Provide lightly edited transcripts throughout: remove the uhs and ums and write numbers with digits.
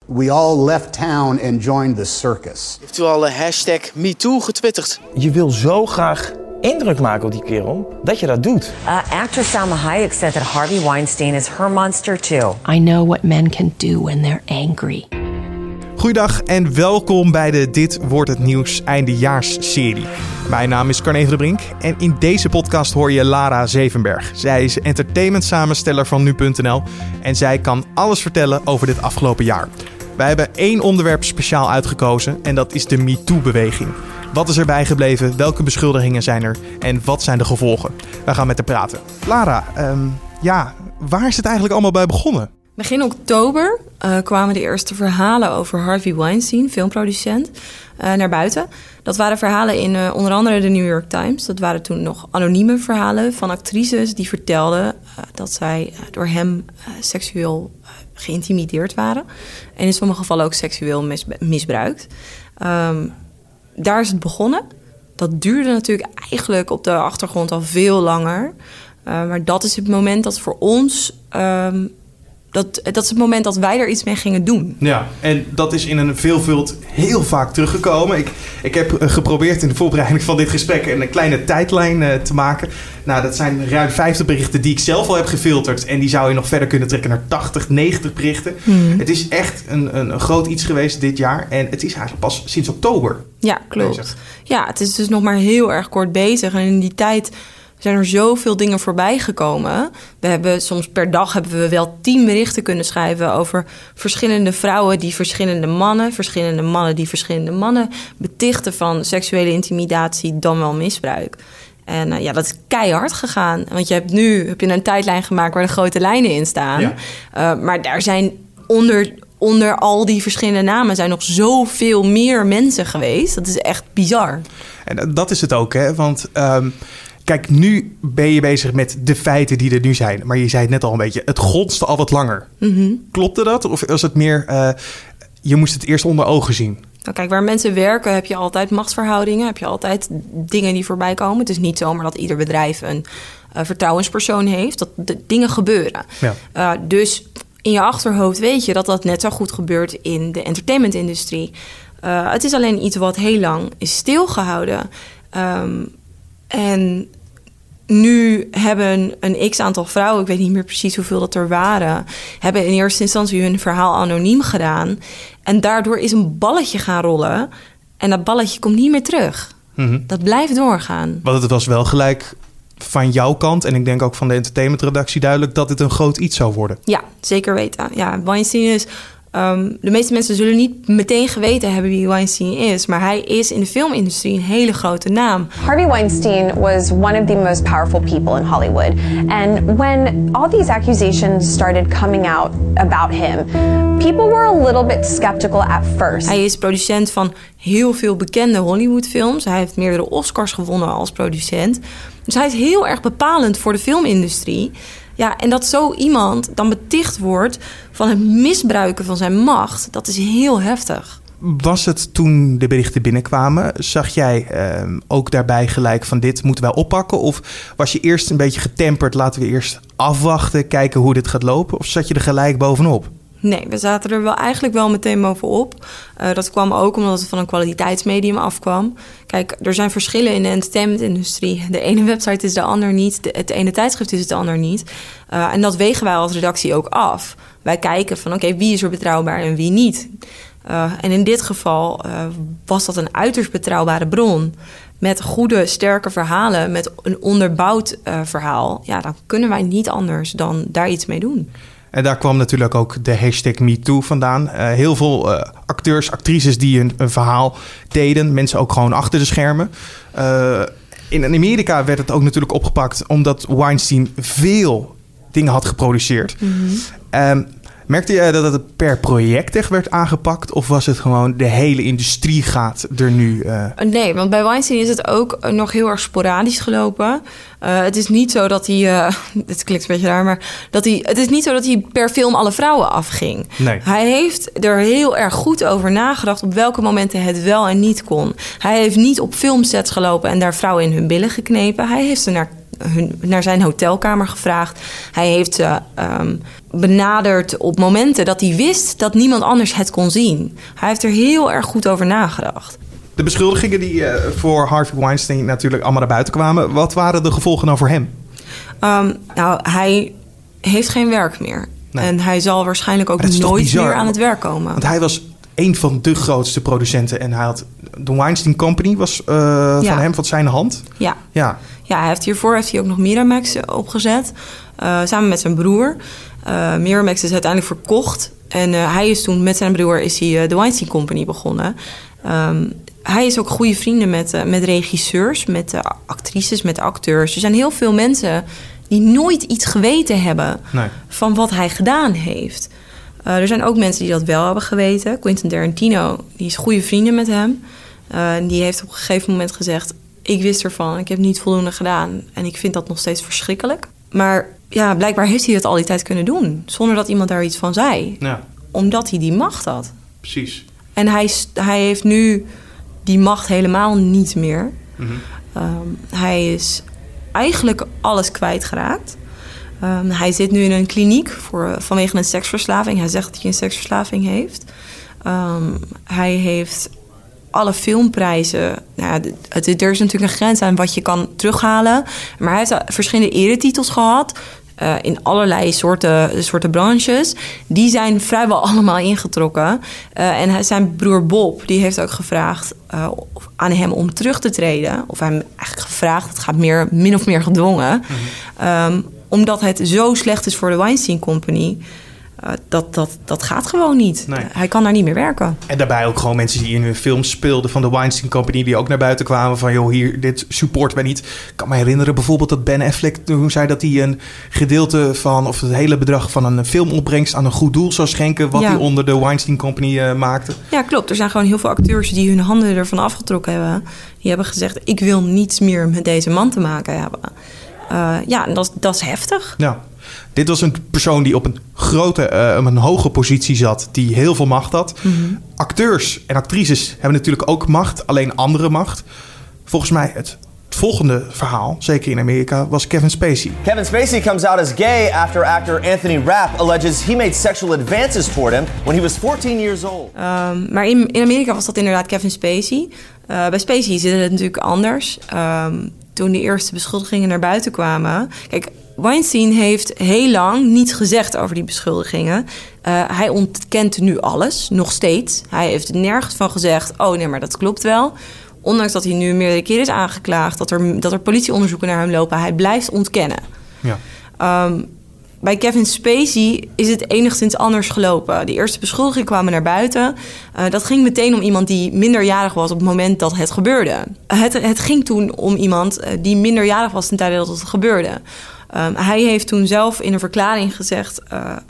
We all left town and joined the circus. Heeft u al hashtag MeToo getwitterd? Je wil zo graag indruk maken op die kerel dat je dat doet. Actress Salma Hayek said that Harvey Weinstein is her monster too. I know what men can do when they're angry. Goeiedag en welkom bij de Dit Wordt Het Nieuws eindejaarsserie. Mijn naam is Carne van der Brink en in deze podcast hoor je Lara Zevenberg. Zij is entertainment-samensteller van nu.nl en zij kan alles vertellen over dit afgelopen jaar. Wij hebben 1 onderwerp speciaal uitgekozen en dat is de MeToo-beweging. Wat is er bijgebleven? Welke beschuldigingen zijn er? En wat zijn de gevolgen? Wij gaan met haar praten. Lara, waar is het eigenlijk allemaal bij begonnen? Begin oktober kwamen de eerste verhalen over Harvey Weinstein, filmproducent, naar buiten. Dat waren verhalen in onder andere de New York Times. Dat waren toen nog anonieme verhalen van actrices die vertelden dat zij door hem seksueel geïntimideerd waren. En in sommige gevallen ook seksueel misbruikt. Daar is het begonnen. Dat duurde natuurlijk eigenlijk op de achtergrond al veel langer. Maar dat is het moment dat voor ons... Dat is het moment dat wij er iets mee gingen doen. Ja, en dat is in een veelvoud heel vaak teruggekomen. Ik heb geprobeerd in de voorbereiding van dit gesprek een kleine tijdlijn te maken. Nou, dat zijn ruim 50 berichten die ik zelf al heb gefilterd. En die zou je nog verder kunnen trekken naar 80, 90 berichten. Het is echt een groot iets geweest dit jaar. En het is eigenlijk pas sinds oktober. Ja, klopt. Bezig. Ja, het is dus nog maar heel erg kort bezig. En in die tijd zijn er zoveel dingen voorbij gekomen. We hebben soms per dag hebben we wel 10 berichten kunnen schrijven over verschillende vrouwen die verschillende mannen die verschillende mannen betichten van seksuele intimidatie dan wel misbruik. En dat is keihard gegaan. Want heb je een tijdlijn gemaakt waar de grote lijnen in staan. Ja. Maar daar zijn onder al die verschillende namen zijn nog zoveel meer mensen geweest. Dat is echt bizar. En dat is het ook, hè? Want kijk, nu ben je bezig met de feiten die er nu zijn. Maar je zei het net al een beetje, het gonste al wat langer. Mm-hmm. Klopte dat? Of was het meer, je moest het eerst onder ogen zien? Nou, kijk, waar mensen werken heb je altijd machtsverhoudingen. Heb je altijd dingen die voorbij komen. Het is niet zomaar dat ieder bedrijf een vertrouwenspersoon heeft. Dat dingen gebeuren. Ja. Dus in je achterhoofd weet je dat dat net zo goed gebeurt in de entertainmentindustrie. Het is alleen iets wat heel lang is stilgehouden. En nu hebben een x-aantal vrouwen, ik weet niet meer precies hoeveel dat er waren, hebben in eerste instantie hun verhaal anoniem gedaan. En daardoor is een balletje gaan rollen. En dat balletje komt niet meer terug. Mm-hmm. Dat blijft doorgaan. Want het was wel gelijk van jouw kant, en ik denk ook van de entertainmentredactie duidelijk, dat dit een groot iets zou worden. Ja, zeker weten. Ja, Weinstein is... de meeste mensen zullen niet meteen geweten hebben wie Weinstein is, maar hij is in de filmindustrie een hele grote naam. Harvey Weinstein was one of the most powerful people in Hollywood. And when all these accusations started coming out about him, people were a little bit skeptical at first. Hij is producent van heel veel bekende Hollywoodfilms. Hij heeft meerdere Oscars gewonnen als producent. Dus hij is heel erg bepalend voor de filmindustrie. Ja, en dat zo iemand dan beticht wordt van het misbruiken van zijn macht, dat is heel heftig. Was het toen de berichten binnenkwamen, zag jij ook daarbij gelijk van dit moeten wij oppakken? Of was je eerst een beetje getemperd, laten we eerst afwachten, kijken hoe dit gaat lopen? Of zat je er gelijk bovenop? Nee, we zaten er eigenlijk wel meteen bovenop. Dat kwam ook omdat het van een kwaliteitsmedium afkwam. Kijk, er zijn verschillen in de entertainmentindustrie. De ene website is de ander niet. Het ene tijdschrift is het ander niet. En dat wegen wij als redactie ook af. Wij kijken van oké, wie is er betrouwbaar en wie niet. En in dit geval was dat een uiterst betrouwbare bron. Met goede, sterke verhalen, met een onderbouwd verhaal. Ja, dan kunnen wij niet anders dan daar iets mee doen. En daar kwam natuurlijk ook de hashtag MeToo vandaan. Heel veel acteurs, actrices die een verhaal deden. Mensen ook gewoon achter de schermen. In Amerika werd het ook natuurlijk opgepakt omdat Weinstein veel dingen had geproduceerd. Mm-hmm. Merkte jij dat het per project echt werd aangepakt? Of was het gewoon de hele industrie gaat er nu? Nee, want bij Weinstein is het ook nog heel erg sporadisch gelopen. Het is niet zo dat hij... dit klinkt een beetje raar, maar... het is niet zo dat hij per film alle vrouwen afging. Nee. Hij heeft er heel erg goed over nagedacht op welke momenten het wel en niet kon. Hij heeft niet op filmsets gelopen en daar vrouwen in hun billen geknepen. Hij heeft ze naar zijn hotelkamer gevraagd. Hij heeft ze benaderd op momenten dat hij wist dat niemand anders het kon zien. Hij heeft er heel erg goed over nagedacht. De beschuldigingen die voor Harvey Weinstein natuurlijk allemaal naar buiten kwamen. Wat waren de gevolgen dan voor hem? Hij heeft geen werk meer. Nee. En hij zal waarschijnlijk ook nooit meer aan het werk komen. Want hij was een van de grootste producenten. En hij had de Weinstein Company was van hem, van zijn hand. Ja, hiervoor heeft hij ook nog Miramax opgezet. Samen met zijn broer. Miramax is uiteindelijk verkocht. En hij is toen met zijn broer de Weinstein Company begonnen. Hij is ook goede vrienden met regisseurs, met actrices, met acteurs. Er zijn heel veel mensen die nooit iets geweten hebben van wat hij gedaan heeft. Er zijn ook mensen die dat wel hebben geweten. Quentin Tarantino, die is goede vrienden met hem. Die heeft op een gegeven moment gezegd... ik wist ervan, ik heb niet voldoende gedaan. En ik vind dat nog steeds verschrikkelijk. Maar ja, blijkbaar heeft hij dat al die tijd kunnen doen. Zonder dat iemand daar iets van zei. Ja. Omdat hij die macht had. Precies. En hij heeft nu die macht helemaal niet meer. Mm-hmm. Hij is eigenlijk alles kwijtgeraakt. Hij zit nu in een kliniek vanwege een seksverslaving. Hij zegt dat hij een seksverslaving heeft. Hij heeft alle filmprijzen. Er is natuurlijk een grens aan wat je kan terughalen. Maar hij heeft verschillende eretitels gehad. In allerlei soorten branches. Die zijn vrijwel allemaal ingetrokken. En zijn broer Bob, die heeft ook gevraagd aan hem om terug te treden. Of hij hem eigenlijk gevraagd, het gaat min of meer gedwongen. Mm-hmm. Omdat het zo slecht is voor de Weinstein Company. Dat gaat gewoon niet. Nee. Hij kan daar niet meer werken. En daarbij ook gewoon mensen die in hun films speelden van de Weinstein Company, die ook naar buiten kwamen van, joh, hier, dit supporten wij niet. Ik kan me herinneren bijvoorbeeld dat Ben Affleck toen zei dat hij een gedeelte van, of het hele bedrag van een filmopbrengst aan een goed doel zou schenken, wat hij onder de Weinstein Company maakte. Ja, klopt. Er zijn gewoon heel veel acteurs die hun handen ervan afgetrokken hebben. Die hebben gezegd, ik wil niets meer met deze man te maken hebben. Dat is heftig. Ja. Dit was een persoon die op een hoge positie zat, die heel veel macht had. Mm-hmm. Acteurs en actrices hebben natuurlijk ook macht, alleen andere macht. Volgens mij het volgende verhaal, zeker in Amerika, was Kevin Spacey. Kevin Spacey comes out as gay after actor Anthony Rapp alleges he made sexual advances toward him when he was 14 years old. Maar in Amerika was dat inderdaad Kevin Spacey. Bij Spacey zit het natuurlijk anders. Toen de eerste beschuldigingen naar buiten kwamen. Kijk, Weinstein heeft heel lang niets gezegd over die beschuldigingen. Hij ontkent nu alles, nog steeds. Hij heeft nergens van gezegd, oh nee, maar dat klopt wel. Ondanks dat hij nu meerdere keren is aangeklaagd, dat er politieonderzoeken naar hem lopen. Hij blijft ontkennen. Ja. Bij Kevin Spacey is het enigszins anders gelopen. De eerste beschuldigingen kwamen naar buiten. Dat ging meteen om iemand die minderjarig was op het moment dat het gebeurde. Het ging toen om iemand die minderjarig was ten tijde dat het gebeurde. Hij heeft toen zelf in een verklaring gezegd,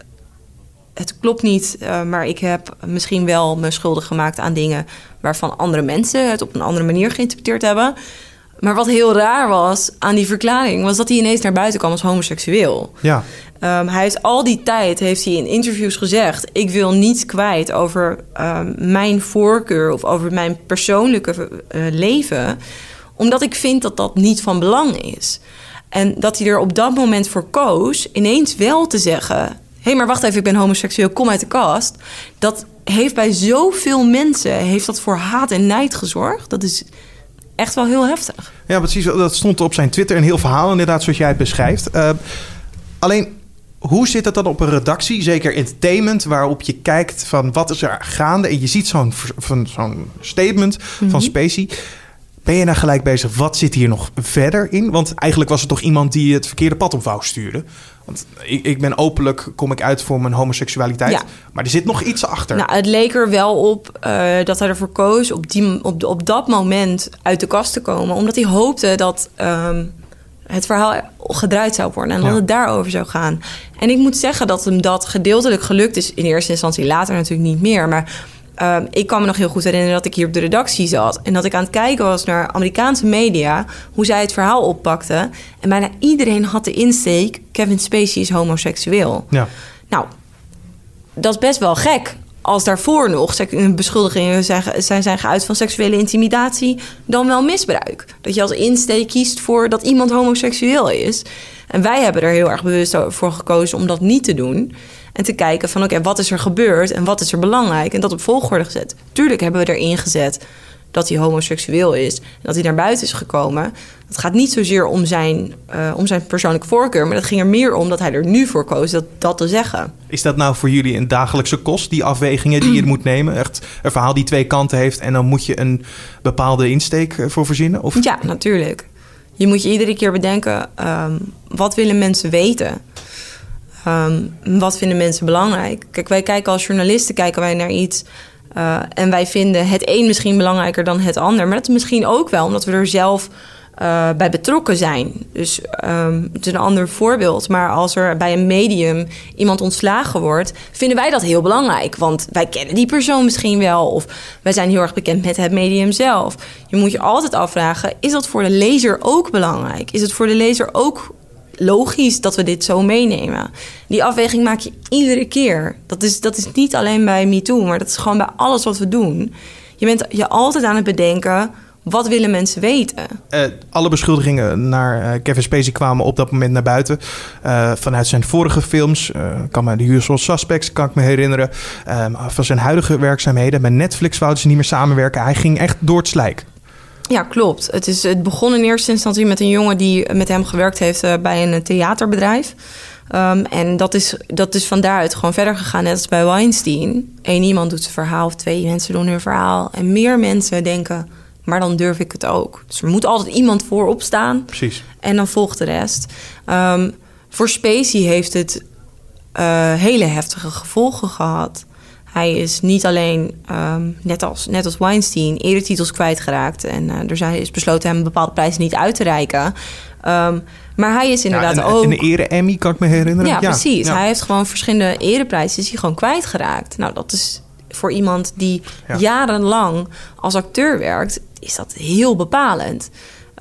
het klopt niet, maar ik heb misschien wel me schuldig gemaakt aan dingen waarvan andere mensen het op een andere manier geïnterpreteerd hebben. Maar wat heel raar was aan die verklaring, was dat hij ineens naar buiten kwam als homoseksueel. Ja. Hij heeft al die tijd in interviews gezegd, ik wil niets kwijt over mijn voorkeur of over mijn persoonlijke leven, omdat ik vind dat dat niet van belang is. En dat hij er op dat moment voor koos ineens wel te zeggen, hé, maar wacht even, ik ben homoseksueel, kom uit de kast. Dat heeft bij zoveel mensen voor haat en nijd gezorgd. Dat is echt wel heel heftig. Ja, precies. Dat stond op zijn Twitter, een heel verhaal inderdaad, zoals jij het beschrijft. Alleen, hoe zit het dan op een redactie, zeker entertainment, waarop je kijkt van wat is er gaande en je ziet zo'n statement van Spacey. Ben je nou gelijk bezig, wat zit hier nog verder in? Want eigenlijk was het toch iemand die het verkeerde pad op wou sturen. Want ik ben openlijk, kom ik uit voor mijn homoseksualiteit. Ja. Maar er zit nog iets achter. Nou, het leek er wel op dat hij ervoor koos op dat moment uit de kast te komen. Omdat hij hoopte dat het verhaal gedraaid zou worden. En dat het daarover zou gaan. En ik moet zeggen dat hem dat gedeeltelijk gelukt is. In eerste instantie, later natuurlijk niet meer. Maar ik kan me nog heel goed herinneren dat ik hier op de redactie zat. En dat ik aan het kijken was naar Amerikaanse media, hoe zij het verhaal oppakten. En bijna iedereen had de insteek, Kevin Spacey is homoseksueel. Ja. Nou, dat is best wel gek als daarvoor nog beschuldigingen zijn geuit van seksuele intimidatie, dan wel misbruik. Dat je als insteek kiest voor dat iemand homoseksueel is. En wij hebben er heel erg bewust voor gekozen om dat niet te doen. En te kijken van oké, wat is er gebeurd en wat is er belangrijk? En dat op volgorde gezet. Tuurlijk hebben we erin gezet dat hij homoseksueel is en dat hij naar buiten is gekomen. Het gaat niet zozeer om zijn persoonlijke voorkeur, maar het ging er meer om dat hij er nu voor koos dat te zeggen. Is dat nou voor jullie een dagelijkse kost, die afwegingen die je moet nemen? Echt een verhaal die 2 kanten heeft en dan moet je een bepaalde insteek voor verzinnen? Of? Ja, natuurlijk. Je moet je iedere keer bedenken, wat willen mensen weten? Wat vinden mensen belangrijk? Kijk, wij kijken als journalisten naar iets en wij vinden het een misschien belangrijker dan het ander. Maar dat is misschien ook wel omdat we er zelf bij betrokken zijn. Dus het is een ander voorbeeld. Maar als er bij een medium iemand ontslagen wordt, vinden wij dat heel belangrijk. Want wij kennen die persoon misschien wel. Of wij zijn heel erg bekend met het medium zelf. Je moet je altijd afvragen, is dat voor de lezer ook belangrijk? Is het voor de lezer ook logisch dat we dit zo meenemen? Die afweging maak je iedere keer. Dat is niet alleen bij MeToo, maar dat is gewoon bij alles wat we doen. Je bent je altijd aan het bedenken, wat willen mensen weten? Alle beschuldigingen naar Kevin Spacey kwamen op dat moment naar buiten. Vanuit zijn vorige films. Kan me de Usual Suspects, kan ik me herinneren. Van zijn huidige werkzaamheden. Met Netflix wouden ze niet meer samenwerken. Hij ging echt door het slijk. Ja, klopt. Het begon in eerste instantie met een jongen die met hem gewerkt heeft bij een theaterbedrijf. En dat is van daaruit gewoon verder gegaan, net als bij Weinstein. 1 iemand doet zijn verhaal of 2 mensen doen hun verhaal. En meer mensen denken, maar dan durf ik het ook. Dus er moet altijd iemand voorop staan. Precies. En dan volgt de rest. Voor Spacey heeft het hele heftige gevolgen gehad. Hij is niet alleen, net als Weinstein, eretitels kwijtgeraakt. En er is besloten hem een bepaalde prijs niet uit te reiken. Maar hij is inderdaad ook... Een ere-Emmy, kan ik me herinneren. Ja, precies. Ja. Hij heeft gewoon verschillende ereprijzen, is hij gewoon kwijtgeraakt. Nou, dat is voor iemand die jarenlang als acteur werkt, is dat heel bepalend.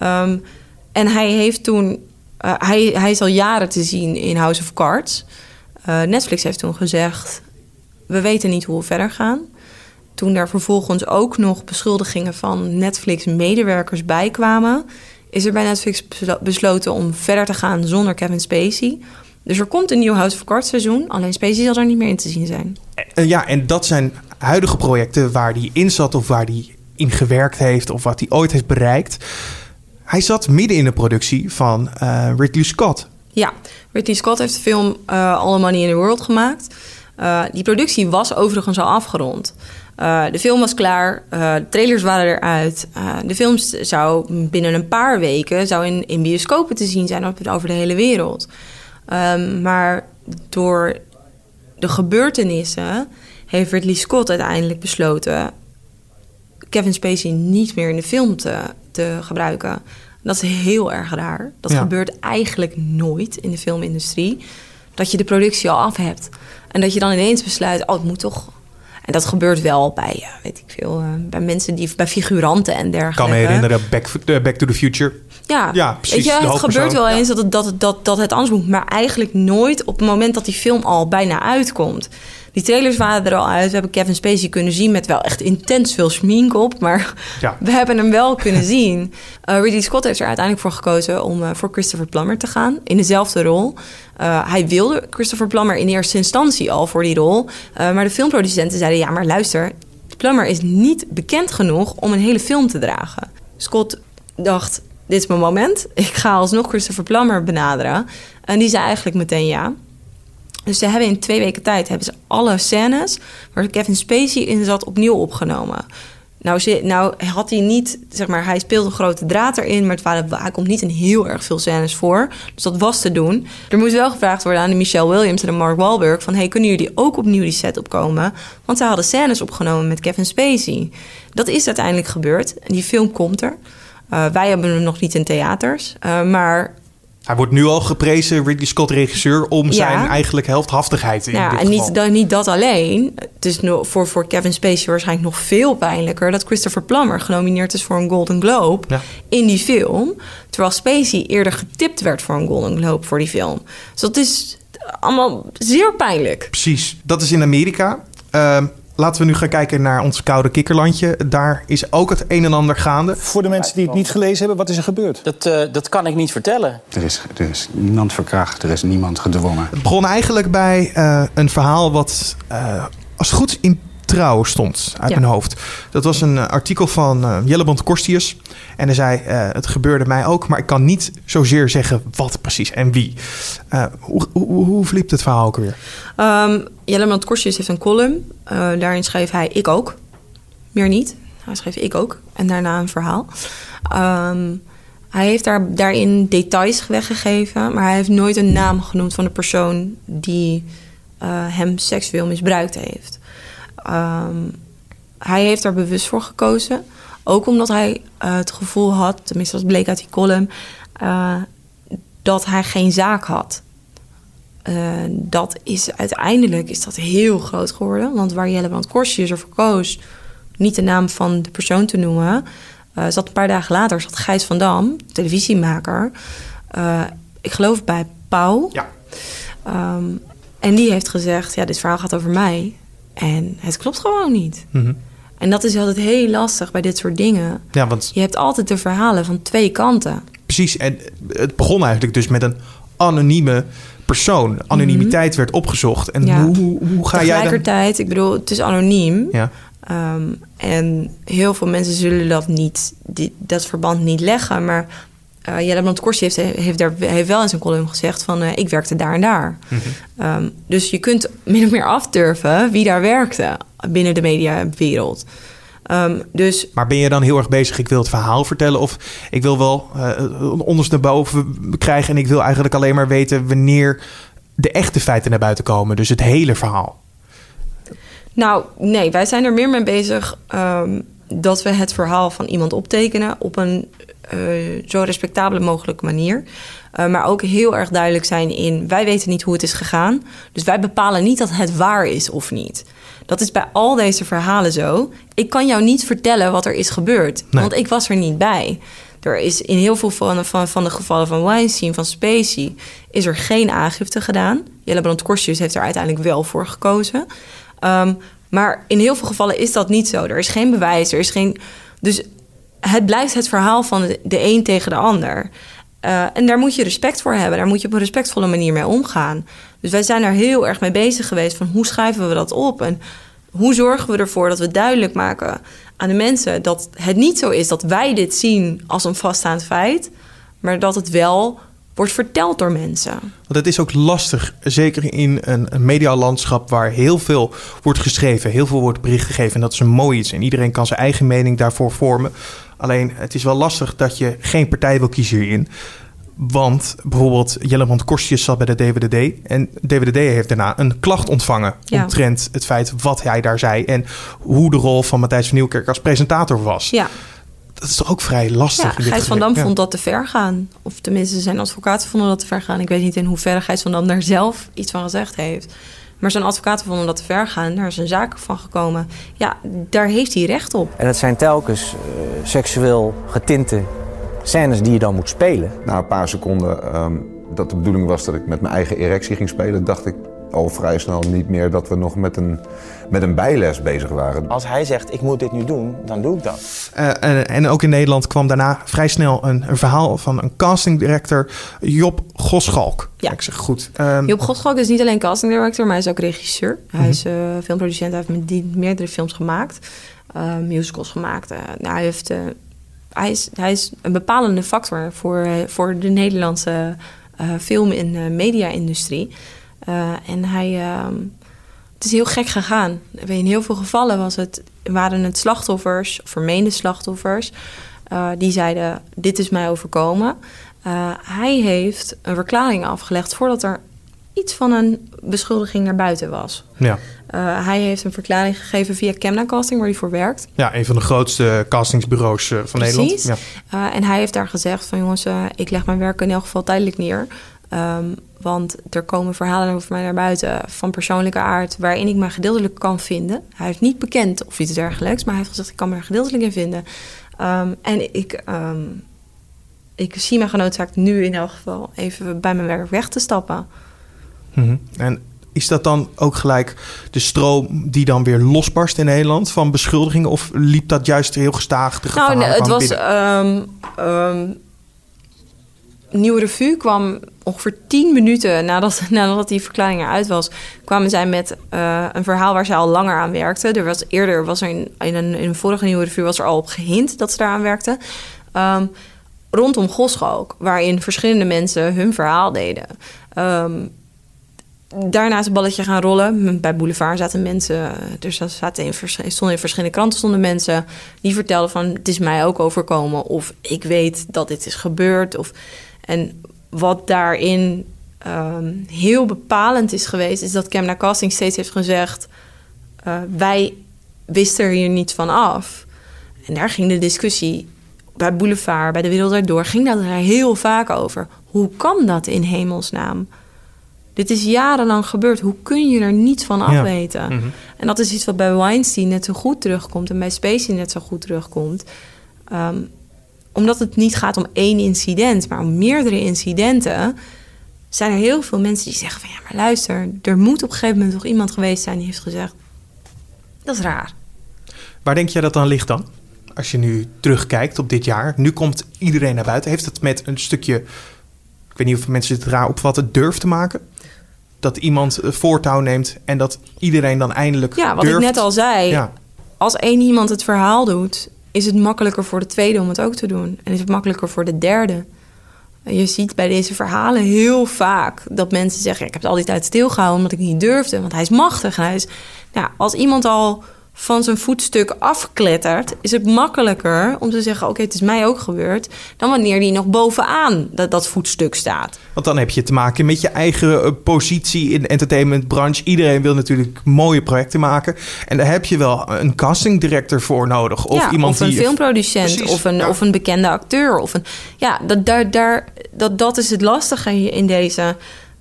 En hij heeft toen... hij is al jaren te zien in House of Cards. Netflix heeft toen gezegd, we weten niet hoe we verder gaan. Toen daar vervolgens ook nog beschuldigingen van Netflix-medewerkers bij kwamen, is er bij Netflix besloten om verder te gaan zonder Kevin Spacey. Dus er komt een nieuw House of Cards seizoen, alleen Spacey zal er niet meer in te zien zijn. Ja, en dat zijn huidige projecten waar hij in zat of waar hij in gewerkt heeft of wat hij ooit heeft bereikt. Hij zat midden in de productie van Ridley Scott. Ja, Ridley Scott heeft de film All the Money in the World gemaakt. Die productie was overigens al afgerond. De film was klaar, de trailers waren eruit. De film zou binnen een paar weken in bioscopen te zien zijn over de hele wereld. Maar door de gebeurtenissen heeft Ridley Scott uiteindelijk besloten Kevin Spacey niet meer in de film te gebruiken. Dat is heel erg raar. Dat gebeurt eigenlijk nooit in de filmindustrie. Dat je de productie al af hebt. En dat je dan ineens besluit, het moet toch. En dat gebeurt wel bij, bij mensen bij figuranten en dergelijke. Ik kan me herinneren, Back to the Future. Ja, precies. Weet je, het gebeurt wel eens dat het anders moet. Maar eigenlijk nooit op het moment dat die film al bijna uitkomt. Die trailers waren er al uit. We hebben Kevin Spacey kunnen zien met wel echt intens veel schmink op. Maar we hebben hem wel kunnen zien. Ridley Scott heeft er uiteindelijk voor gekozen om voor Christopher Plummer te gaan. In dezelfde rol. Hij wilde Christopher Plummer in eerste instantie al voor die rol. Maar de filmproducenten zeiden, ja, maar luister, Plummer is niet bekend genoeg om een hele film te dragen. Scott dacht, dit is mijn moment. Ik ga alsnog Christopher Plummer benaderen. En die zei eigenlijk meteen ja. Dus ze hebben in 2 weken tijd alle scènes waar Kevin Spacey in zat opnieuw opgenomen. Nou had hij niet, hij speelt een grote draad erin, maar hij komt niet in heel erg veel scènes voor. Dus dat was te doen. Er moest wel gevraagd worden aan de Michelle Williams en de Mark Wahlberg van, kunnen jullie ook opnieuw die set opkomen? Want zij hadden scènes opgenomen met Kevin Spacey. Dat is uiteindelijk gebeurd. En die film komt er. Wij hebben hem nog niet in theaters, maar hij wordt nu al geprezen, Ridley Scott regisseur, om zijn eigenlijk heldhaftigheid in dit geval. En niet dat alleen. Het is voor Kevin Spacey waarschijnlijk nog veel pijnlijker dat Christopher Plummer genomineerd is voor een Golden Globe in die film. Terwijl Spacey eerder getipt werd voor een Golden Globe voor die film. Dus dat is allemaal zeer pijnlijk. Precies. Dat is in Amerika. Laten we nu gaan kijken naar ons koude kikkerlandje. Daar is ook het een en ander gaande. Voor de mensen die het niet gelezen hebben, wat is er gebeurd? Dat kan ik niet vertellen. Er is niemand verkracht, er is niemand gedwongen. Het begon eigenlijk bij een verhaal wat als het goed is in Trouw stond uit mijn hoofd. Dat was een artikel van Jelleband Korstius. En hij zei, het gebeurde mij ook, maar ik kan niet zozeer zeggen wat precies en wie. Hoe verliep het verhaal ook weer? Jelleband Korstius heeft een column. Daarin schreef hij ik ook. Meer niet. Hij schreef ik ook. En daarna een verhaal. Hij heeft daarin details weggegeven, maar hij heeft nooit een naam genoemd van de persoon die hem seksueel misbruikt heeft. Hij heeft daar bewust voor gekozen. Ook omdat hij het gevoel had, tenminste dat bleek uit die column, dat hij geen zaak had. Uiteindelijk is dat heel groot geworden. Want waar Jelleband Korstius ervoor koos niet de naam van de persoon te noemen, zat een paar dagen later Gijs van Dam, televisiemaker, ik geloof bij Pauw. Ja. En die heeft gezegd, ja, dit verhaal gaat over mij. En het klopt gewoon niet. Mm-hmm. En dat is altijd heel lastig bij dit soort dingen. Ja, want je hebt altijd de verhalen van twee kanten. Precies, en het begon eigenlijk dus met een anonieme persoon. Anonimiteit werd opgezocht. En hoe ga jij dan? Tegelijkertijd, ik bedoel, het is anoniem. Ja. En heel veel mensen zullen dat verband niet leggen. Maar Jelleband Korstius heeft wel in zijn column gezegd van ik werkte daar en daar. Mm-hmm. Dus je kunt min of meer afdurven wie daar werkte binnen de mediawereld. Maar ben je dan heel erg bezig, ik wil het verhaal vertellen, of ik wil wel ondersteboven krijgen en ik wil eigenlijk alleen maar weten wanneer de echte feiten naar buiten komen, dus het hele verhaal? Nou, nee, wij zijn er meer mee bezig dat we het verhaal van iemand optekenen op een zo respectabele mogelijke manier. Maar ook heel erg duidelijk zijn in, wij weten niet hoe het is gegaan. Dus wij bepalen niet dat het waar is of niet. Dat is bij al deze verhalen zo. Ik kan jou niet vertellen wat er is gebeurd. Nee. Want ik was er niet bij. Er is in heel veel van de gevallen van Weinstein, van Spacey, is er geen aangifte gedaan. Jelleband Korstius heeft er uiteindelijk wel voor gekozen. Maar in heel veel gevallen is dat niet zo. Er is geen bewijs, er is geen. Dus het blijft het verhaal van de een tegen de ander. En daar moet je respect voor hebben. Daar moet je op een respectvolle manier mee omgaan. Dus wij zijn er heel erg mee bezig geweest van hoe schrijven we dat op? En hoe zorgen we ervoor dat we duidelijk maken aan de mensen dat het niet zo is dat wij dit zien als een vaststaand feit, maar dat het wel wordt verteld door mensen. Want het is ook lastig, zeker in een medialandschap waar heel veel wordt geschreven, heel veel wordt bericht gegeven. En dat is een mooi iets. En iedereen kan zijn eigen mening daarvoor vormen. Alleen, het is wel lastig dat je geen partij wil kiezen hierin. Want bijvoorbeeld Jelleband Korstius zat bij de DWDD. En DWDD heeft daarna een klacht ontvangen omtrent het feit wat hij daar zei en hoe de rol van Matthijs van Nieuwkerk als presentator was. Ja. Dat is toch ook vrij lastig. Ja, Gijs van Dam vond dat te ver gaan. Of tenminste, zijn advocaten vonden dat te ver gaan. Ik weet niet in hoeverre Gijs van Dam daar zelf iets van gezegd heeft. Maar zijn advocaten vonden dat te ver gaan. Daar is een zaak van gekomen. Ja, daar heeft hij recht op. En het zijn telkens seksueel getinte scènes die je dan moet spelen. Na een paar seconden dat de bedoeling was dat ik met mijn eigen erectie ging spelen, dacht ik al vrij snel niet meer dat we nog met een bijles bezig waren. Als hij zegt, ik moet dit nu doen, dan doe ik dat. En ook in Nederland kwam daarna vrij snel een verhaal van een castingdirector, Job Goschalk. Ja. Ik zeg goed. Job Goschalk is niet alleen castingdirector, maar hij is ook regisseur. Hij is filmproducent, hij heeft met meerdere films gemaakt, musicals gemaakt. Hij is een bepalende factor voor de Nederlandse film- en media-industrie. En het is heel gek gegaan. In heel veel gevallen waren het slachtoffers, of vermeende slachtoffers, die zeiden, dit is mij overkomen. Hij heeft een verklaring afgelegd voordat er iets van een beschuldiging naar buiten was. Ja. Hij heeft een verklaring gegeven via Kemna Casting, waar hij voor werkt. Ja, een van de grootste castingsbureaus van Nederland. Ja. En hij heeft daar gezegd van jongens, ik leg mijn werk in elk geval tijdelijk neer. Want er komen verhalen over mij naar buiten van persoonlijke aard waarin ik me gedeeltelijk kan vinden. Hij heeft niet bekend of iets dergelijks, maar hij heeft gezegd ik kan me er gedeeltelijk in vinden. En ik zie me genoodzaakt nu in elk geval even bij mijn werk weg te stappen. Mm-hmm. En Is dat dan ook gelijk de stroom die dan weer losbarst in Nederland van beschuldigingen? Of liep dat juist heel gestaag? Het was... Nieuwe Revue kwam ongeveer 10 minuten nadat die verklaring eruit was, kwamen zij met een verhaal waar zij al langer aan werkten. Er was in een vorige Nieuwe Revue was er al op gehint dat ze daaraan werkten. Rondom Goschalk, waarin verschillende mensen hun verhaal deden. Daarna is het balletje gaan rollen. Bij Boulevard zaten mensen, stonden in verschillende kranten stonden mensen die vertelden van het is mij ook overkomen of ik weet dat dit is gebeurd. En wat daarin heel bepalend is geweest, is dat Kemna Casting steeds heeft gezegd, wij wisten er hier niets van af. En daar ging de discussie bij Boulevard, bij De Wereld Draait Door, ging dat er heel vaak over. Hoe kan dat in hemelsnaam? Dit is jarenlang gebeurd. Hoe kun je er niets van afweten? Ja. Mm-hmm. En dat is iets wat bij Weinstein net zo goed terugkomt en bij Spacey net zo goed terugkomt. Omdat het niet gaat om 1 incident, maar om meerdere incidenten, zijn er heel veel mensen die zeggen van ja, maar luister, er moet op een gegeven moment toch iemand geweest zijn die heeft gezegd, dat is raar. Waar denk jij dat dan ligt dan? Als je nu terugkijkt op dit jaar, nu komt iedereen naar buiten. Heeft het met een stukje, ik weet niet of mensen het raar opvatten, durf te maken? Dat iemand voortouw neemt en dat iedereen dan eindelijk durft? Ja, wat ik net al zei. Ja. Als 1 iemand het verhaal doet, is het makkelijker voor de tweede om het ook te doen. En is het makkelijker voor de derde. Je ziet bij deze verhalen heel vaak dat mensen zeggen, ik heb het al die tijd stilgehouden omdat ik niet durfde. Want hij is machtig. En als iemand al van zijn voetstuk afklettert, is het makkelijker om te zeggen, oké, het is mij ook gebeurd, dan wanneer die nog bovenaan dat voetstuk staat. Want dan heb je te maken met je eigen positie in de entertainmentbranche. Iedereen wil natuurlijk mooie projecten maken. En daar heb je wel een casting director voor nodig. Of iemand of een filmproducent. Of een bekende acteur. Dat is het lastige in deze.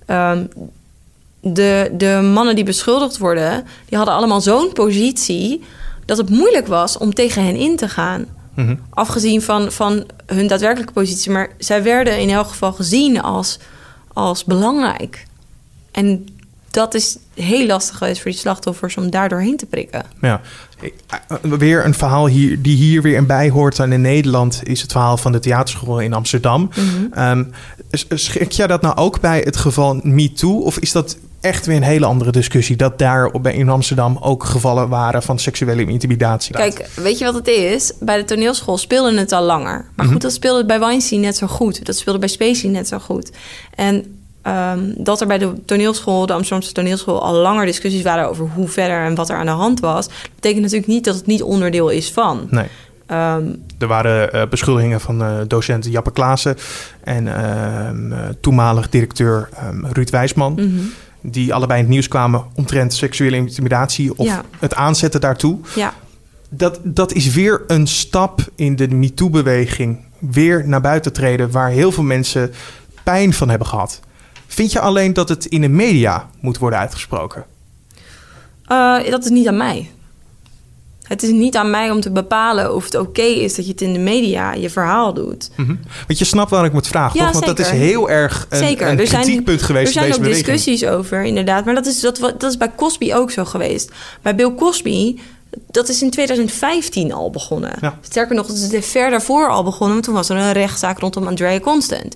De mannen die beschuldigd worden, die hadden allemaal zo'n positie dat het moeilijk was om tegen hen in te gaan. Mm-hmm. Afgezien van hun daadwerkelijke positie. Maar zij werden in elk geval gezien als belangrijk. En dat is heel lastig geweest voor die slachtoffers om daar doorheen te prikken. Ja. Weer een verhaal die hier weer in bij hoort in Nederland is het verhaal van de theaterschool in Amsterdam. Mm-hmm. Schrik jij dat nou ook bij het geval MeToo? Of is dat echt weer een hele andere discussie, dat daar in Amsterdam ook gevallen waren van seksuele intimidatie? Kijk, weet je wat het is? Bij de toneelschool speelde het al langer. Maar goed, dat speelde bij Weinstein net zo goed. Dat speelde bij Spacey net zo goed. En dat er bij de Amsterdamse toneelschool al langer discussies waren over hoe verder en wat er aan de hand was, betekent natuurlijk niet dat het niet onderdeel is van. Nee. Er waren beschuldigingen van docent Jappe Klaassen en toenmalig directeur Ruud Wijsman. Mm-hmm. Die allebei in het nieuws kwamen omtrent seksuele intimidatie of het aanzetten daartoe. Ja. Dat is weer een stap in de MeToo-beweging. Weer naar buiten treden waar heel veel mensen pijn van hebben gehad. Vind je alleen dat het in de media moet worden uitgesproken? Dat is niet aan mij. Het is niet aan mij om te bepalen of het oké is dat je het in de media je verhaal doet. Mm-hmm. Want je snapt waar ik me het vraag, toch? Want zeker. Dat is heel erg een kritiekpunt geweest in deze beweging. Er zijn ook discussies over, inderdaad. Maar dat is bij Cosby ook zo geweest. Bij Bill Cosby, dat is in 2015 al begonnen. Ja. Sterker nog, het is ver daarvoor al begonnen. Want toen was er een rechtszaak rondom Andrea Constant.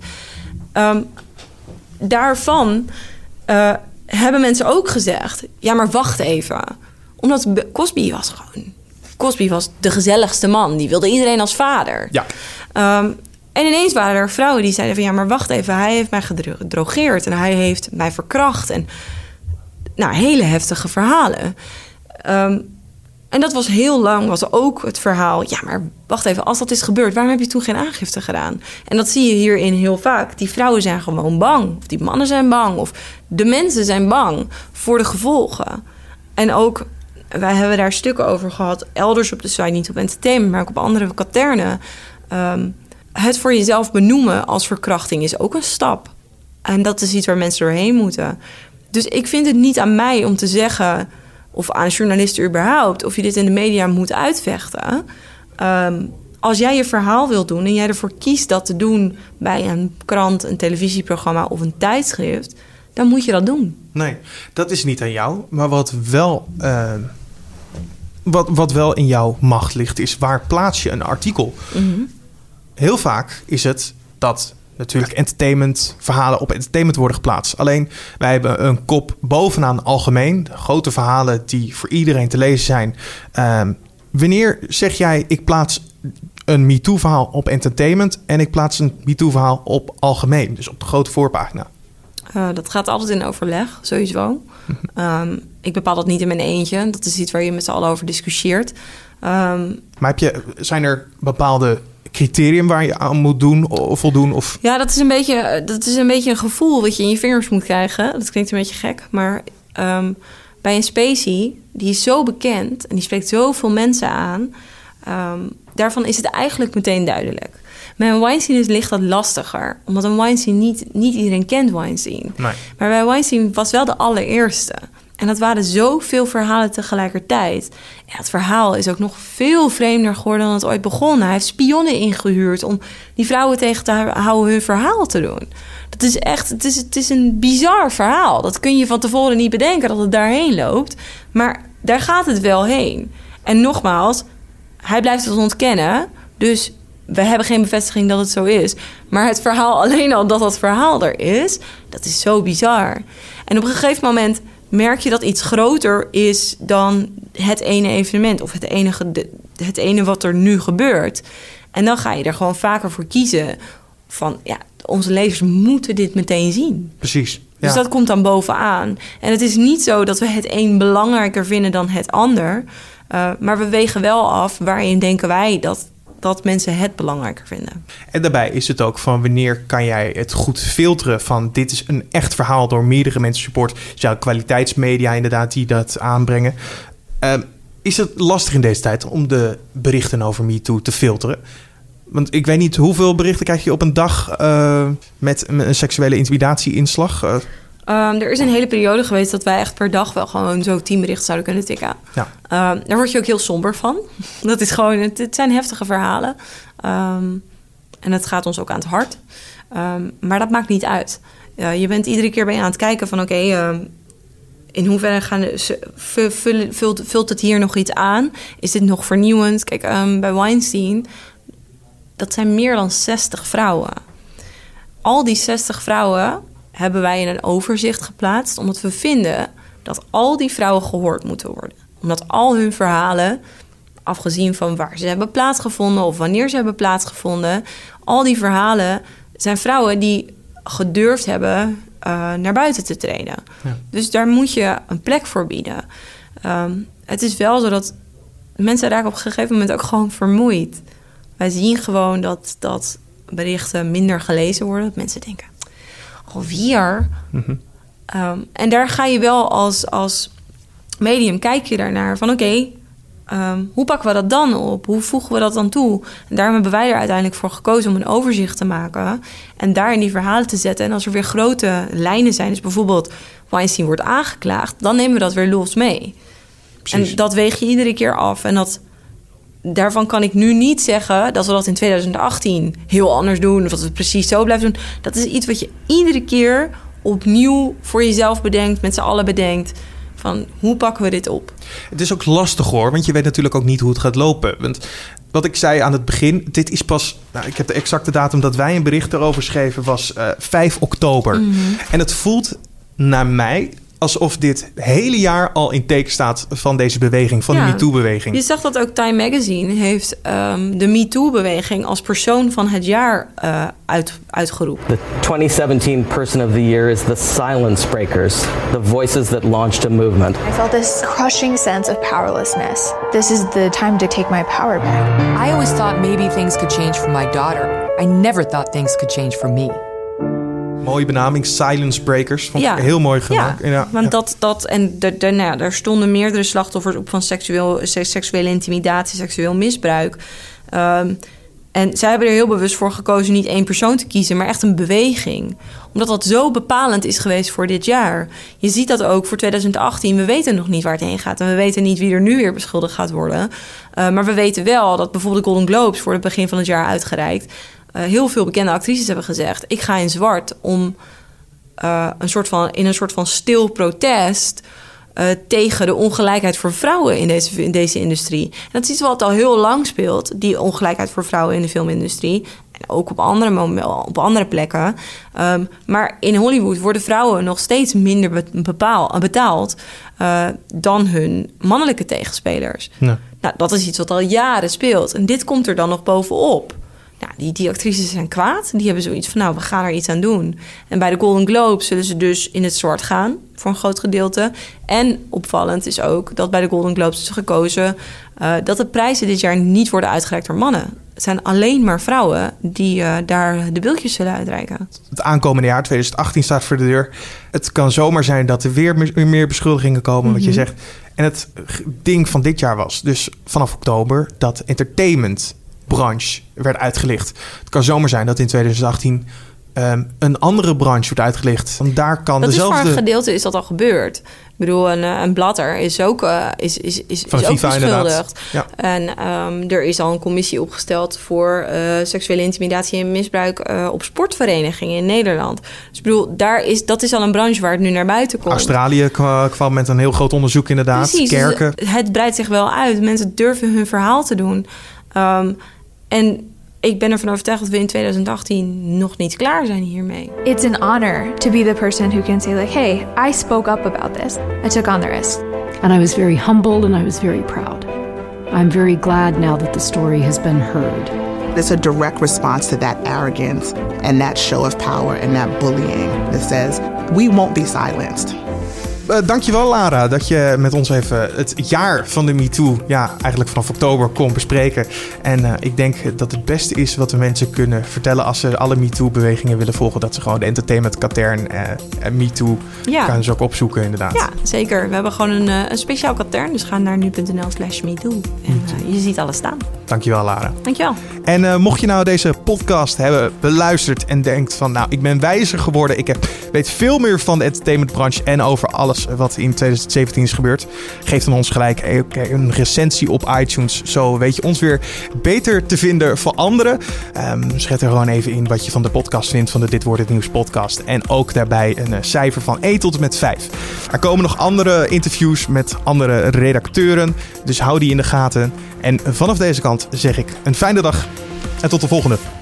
Daarvan hebben mensen ook gezegd, ja, maar wacht even. Omdat Cosby was de gezelligste man. Die wilde iedereen als vader. Ja. En ineens waren er vrouwen die zeiden van, ja, maar wacht even. Hij heeft mij gedrogeerd en hij heeft mij verkracht. En hele heftige verhalen. En dat was heel lang, was ook het verhaal. Ja, maar wacht even, als dat is gebeurd, waarom heb je toen geen aangifte gedaan? En dat zie je hierin heel vaak. Die vrouwen zijn gewoon bang. Of die mannen zijn bang. Of de mensen zijn bang voor de gevolgen. En ook, wij hebben daar stukken over gehad, elders op de site, niet op entertainment, maar ook op andere katernen. Het voor jezelf benoemen als verkrachting is ook een stap. En dat is iets waar mensen doorheen moeten. Dus ik vind het niet aan mij om te zeggen, of aan journalisten überhaupt, of je dit in de media moet uitvechten. Als jij je verhaal wilt doen en jij ervoor kiest dat te doen bij een krant, een televisieprogramma of een tijdschrift, dan moet je dat doen. Nee, dat is niet aan jou. Maar wat wel in jouw macht ligt, is waar plaats je een artikel? Mm-hmm. Heel vaak is het dat natuurlijk entertainmentverhalen op entertainment worden geplaatst. Alleen, wij hebben een kop bovenaan algemeen. De grote verhalen die voor iedereen te lezen zijn. Wanneer zeg jij, ik plaats een MeToo-verhaal op entertainment en ik plaats een MeToo-verhaal op algemeen, dus op de grote voorpagina? Dat gaat altijd in overleg, sowieso. Ik bepaal dat niet in mijn eentje. Dat is iets waar je met z'n allen over discussieert. Maar zijn er bepaalde criterium waar je aan moet doen of voldoen? Of? Ja, dat is een beetje een gevoel wat je in je vingers moet krijgen. Dat klinkt een beetje gek, maar bij een specie, die is zo bekend en die spreekt zoveel mensen aan, daarvan is het eigenlijk meteen duidelijk. Met een Weinstein ligt dat lastiger. Omdat een Weinstein niet iedereen kent Weinstein. Nee. Maar bij Weinstein was wel de allereerste. En dat waren zoveel verhalen tegelijkertijd. Ja, het verhaal is ook nog veel vreemder geworden dan het ooit begon. Hij heeft spionnen ingehuurd om die vrouwen tegen te houden hun verhaal te doen. Dat is echt, het is een bizar verhaal. Dat kun je van tevoren niet bedenken dat het daarheen loopt. Maar daar gaat het wel heen. En nogmaals, hij blijft het ontkennen. Dus we hebben geen bevestiging dat het zo is. Maar het verhaal, alleen al dat verhaal er is, dat is zo bizar. En op een gegeven moment merk je dat iets groter is dan het ene evenement of het ene wat er nu gebeurt. En dan ga je er gewoon vaker voor kiezen van, ja, onze lezers moeten dit meteen zien. Precies. Ja. Dus dat komt dan bovenaan. En het is niet zo dat we het een belangrijker vinden dan het ander. Maar we wegen wel af waarin denken wij dat mensen het belangrijker vinden. En daarbij is het ook van wanneer kan jij het goed filteren van dit is een echt verhaal door meerdere mensen support. Jouw kwaliteitsmedia inderdaad die dat aanbrengen. Is het lastig in deze tijd om de berichten over MeToo te filteren? Want ik weet niet, hoeveel berichten krijg je op een dag met een seksuele intimidatie-inslag? Er is een hele periode geweest dat wij echt per dag wel gewoon zo 10 berichten zouden kunnen tikken. Ja. Daar word je ook heel somber van. Dat is gewoon, het zijn heftige verhalen. En het gaat ons ook aan het hart. Maar dat maakt niet uit. Je bent iedere keer aan het kijken van oké, in hoeverre vult het hier nog iets aan? Is dit nog vernieuwend? Kijk, bij Weinstein, dat zijn meer dan 60 vrouwen. Al die 60 vrouwen hebben wij in een overzicht geplaatst, omdat we vinden dat al die vrouwen gehoord moeten worden. Omdat al hun verhalen, afgezien van waar ze hebben plaatsgevonden of wanneer ze hebben plaatsgevonden, al die verhalen zijn vrouwen die gedurfd hebben naar buiten te treden. Ja. Dus daar moet je een plek voor bieden. Het is wel zo dat mensen raken op een gegeven moment ook gewoon vermoeid. Wij zien gewoon dat berichten minder gelezen worden. Dat mensen denken, alweer? Mm-hmm. En daar ga je wel als medium, kijk je daarnaar van oké, hoe pakken we dat dan op? Hoe voegen we dat dan toe? En daarom hebben wij er uiteindelijk voor gekozen om een overzicht te maken en daarin die verhalen te zetten. En als er weer grote lijnen zijn, dus bijvoorbeeld Weinstein wordt aangeklaagd, dan nemen we dat weer los mee. Precies. En dat weeg je iedere keer af. En daarvan kan ik nu niet zeggen dat we dat in 2018 heel anders doen, of dat we het precies zo blijven doen. Dat is iets wat je iedere keer opnieuw voor jezelf bedenkt, met z'n allen bedenkt. Van hoe pakken we dit op? Het is ook lastig hoor, want je weet natuurlijk ook niet hoe het gaat lopen. Want wat ik zei aan het begin, dit is pas, ik heb de exacte datum dat wij een bericht erover schreven, was 5 oktober. Mm-hmm. En het voelt naar mij alsof dit hele jaar al in teken staat van deze beweging, van de MeToo-beweging. Je zag dat ook Time Magazine heeft de MeToo-beweging als persoon van het jaar uitgeroepen. The 2017 Person of the Year is the Silence Breakers, the voices that launched a movement. I felt this crushing sense of powerlessness. This is the time to take my power back. I always thought maybe things could change for my daughter. I never thought things could change for me. Mooie benaming, Silence Breakers. Vond ik heel mooi gemaakt. Ja, want daar stonden meerdere slachtoffers op van seksuele intimidatie, seksueel misbruik. En zij hebben er heel bewust voor gekozen niet één persoon te kiezen, maar echt een beweging. Omdat dat zo bepalend is geweest voor dit jaar. Je ziet dat ook voor 2018. We weten nog niet waar het heen gaat. En we weten niet wie er nu weer beschuldigd gaat worden. Maar we weten wel dat bijvoorbeeld de Golden Globes voor het begin van het jaar uitgereikt heel veel bekende actrices hebben gezegd, ik ga in zwart om in een soort van stil protest tegen de ongelijkheid voor vrouwen in deze industrie. En dat is iets wat al heel lang speelt, die ongelijkheid voor vrouwen in de filmindustrie. En ook op andere plekken. Maar in Hollywood worden vrouwen nog steeds minder betaald dan hun mannelijke tegenspelers. Nee. Nou, dat is iets wat al jaren speelt. En dit komt er dan nog bovenop. Nou, die actrices zijn kwaad. Die hebben zoiets van, we gaan er iets aan doen. En bij de Golden Globes zullen ze dus in het zwart gaan, voor een groot gedeelte. En opvallend is ook dat bij de Golden Globes is gekozen dat de prijzen dit jaar niet worden uitgereikt door mannen. Het zijn alleen maar vrouwen die daar de beeldjes zullen uitreiken. Het aankomende jaar, 2018, staat voor de deur. Het kan zomaar zijn dat er weer meer beschuldigingen komen, wat je zegt. En het ding van dit jaar was dus vanaf oktober dat entertainmentbranche werd uitgelicht. Het kan zomaar zijn dat in 2018 een andere branche wordt uitgelicht. Want daar kan dezelfde... Voor een gedeelte is dat al gebeurd. Ik bedoel, een Blatter is ook beschuldigd. Ja. En er is al een commissie opgesteld voor seksuele intimidatie en misbruik op sportverenigingen in Nederland. Dus ik bedoel, dat is al een branche waar het nu naar buiten komt. Australië kwam met een heel groot onderzoek inderdaad. Precies, kerken. Dus het breidt zich wel uit. Mensen durven hun verhaal te doen. En ik ben ervan overtuigd dat we in 2018 nog niet klaar zijn hiermee. It's an honor to be the person who can say like, hey, I spoke up about this. I took on the risk. And I was very humbled and I was very proud. I'm very glad now that the story has been heard. It's a direct response to that arrogance and that show of power and that bullying that says, we won't be silenced. Dankjewel Lara dat je met ons even het jaar van de MeToo, eigenlijk vanaf oktober kon bespreken. En ik denk dat het beste is wat de mensen kunnen vertellen als ze alle MeToo-bewegingen willen volgen, dat ze gewoon de entertainment-katern en MeToo gaan ze ook opzoeken inderdaad. Ja, zeker. We hebben gewoon een speciaal katern, dus ga naar nu.nl/MeToo en je ziet alles staan. Dankjewel Lara. Dankjewel. En mocht je nou deze podcast hebben beluisterd en denkt van, ik ben wijzer geworden, ik weet veel meer van de entertainmentbranche en over alles wat in 2017 is gebeurd, geef dan ons gelijk een recensie op iTunes. Zo weet je ons weer beter te vinden voor anderen. Schrijf er gewoon even in wat je van de podcast vindt, van de Dit Wordt Het Nieuws podcast. En ook daarbij een cijfer van 1 tot en met 5. Er komen nog andere interviews met andere redacteuren, dus hou die in de gaten. En vanaf deze kant zeg ik een fijne dag en tot de volgende.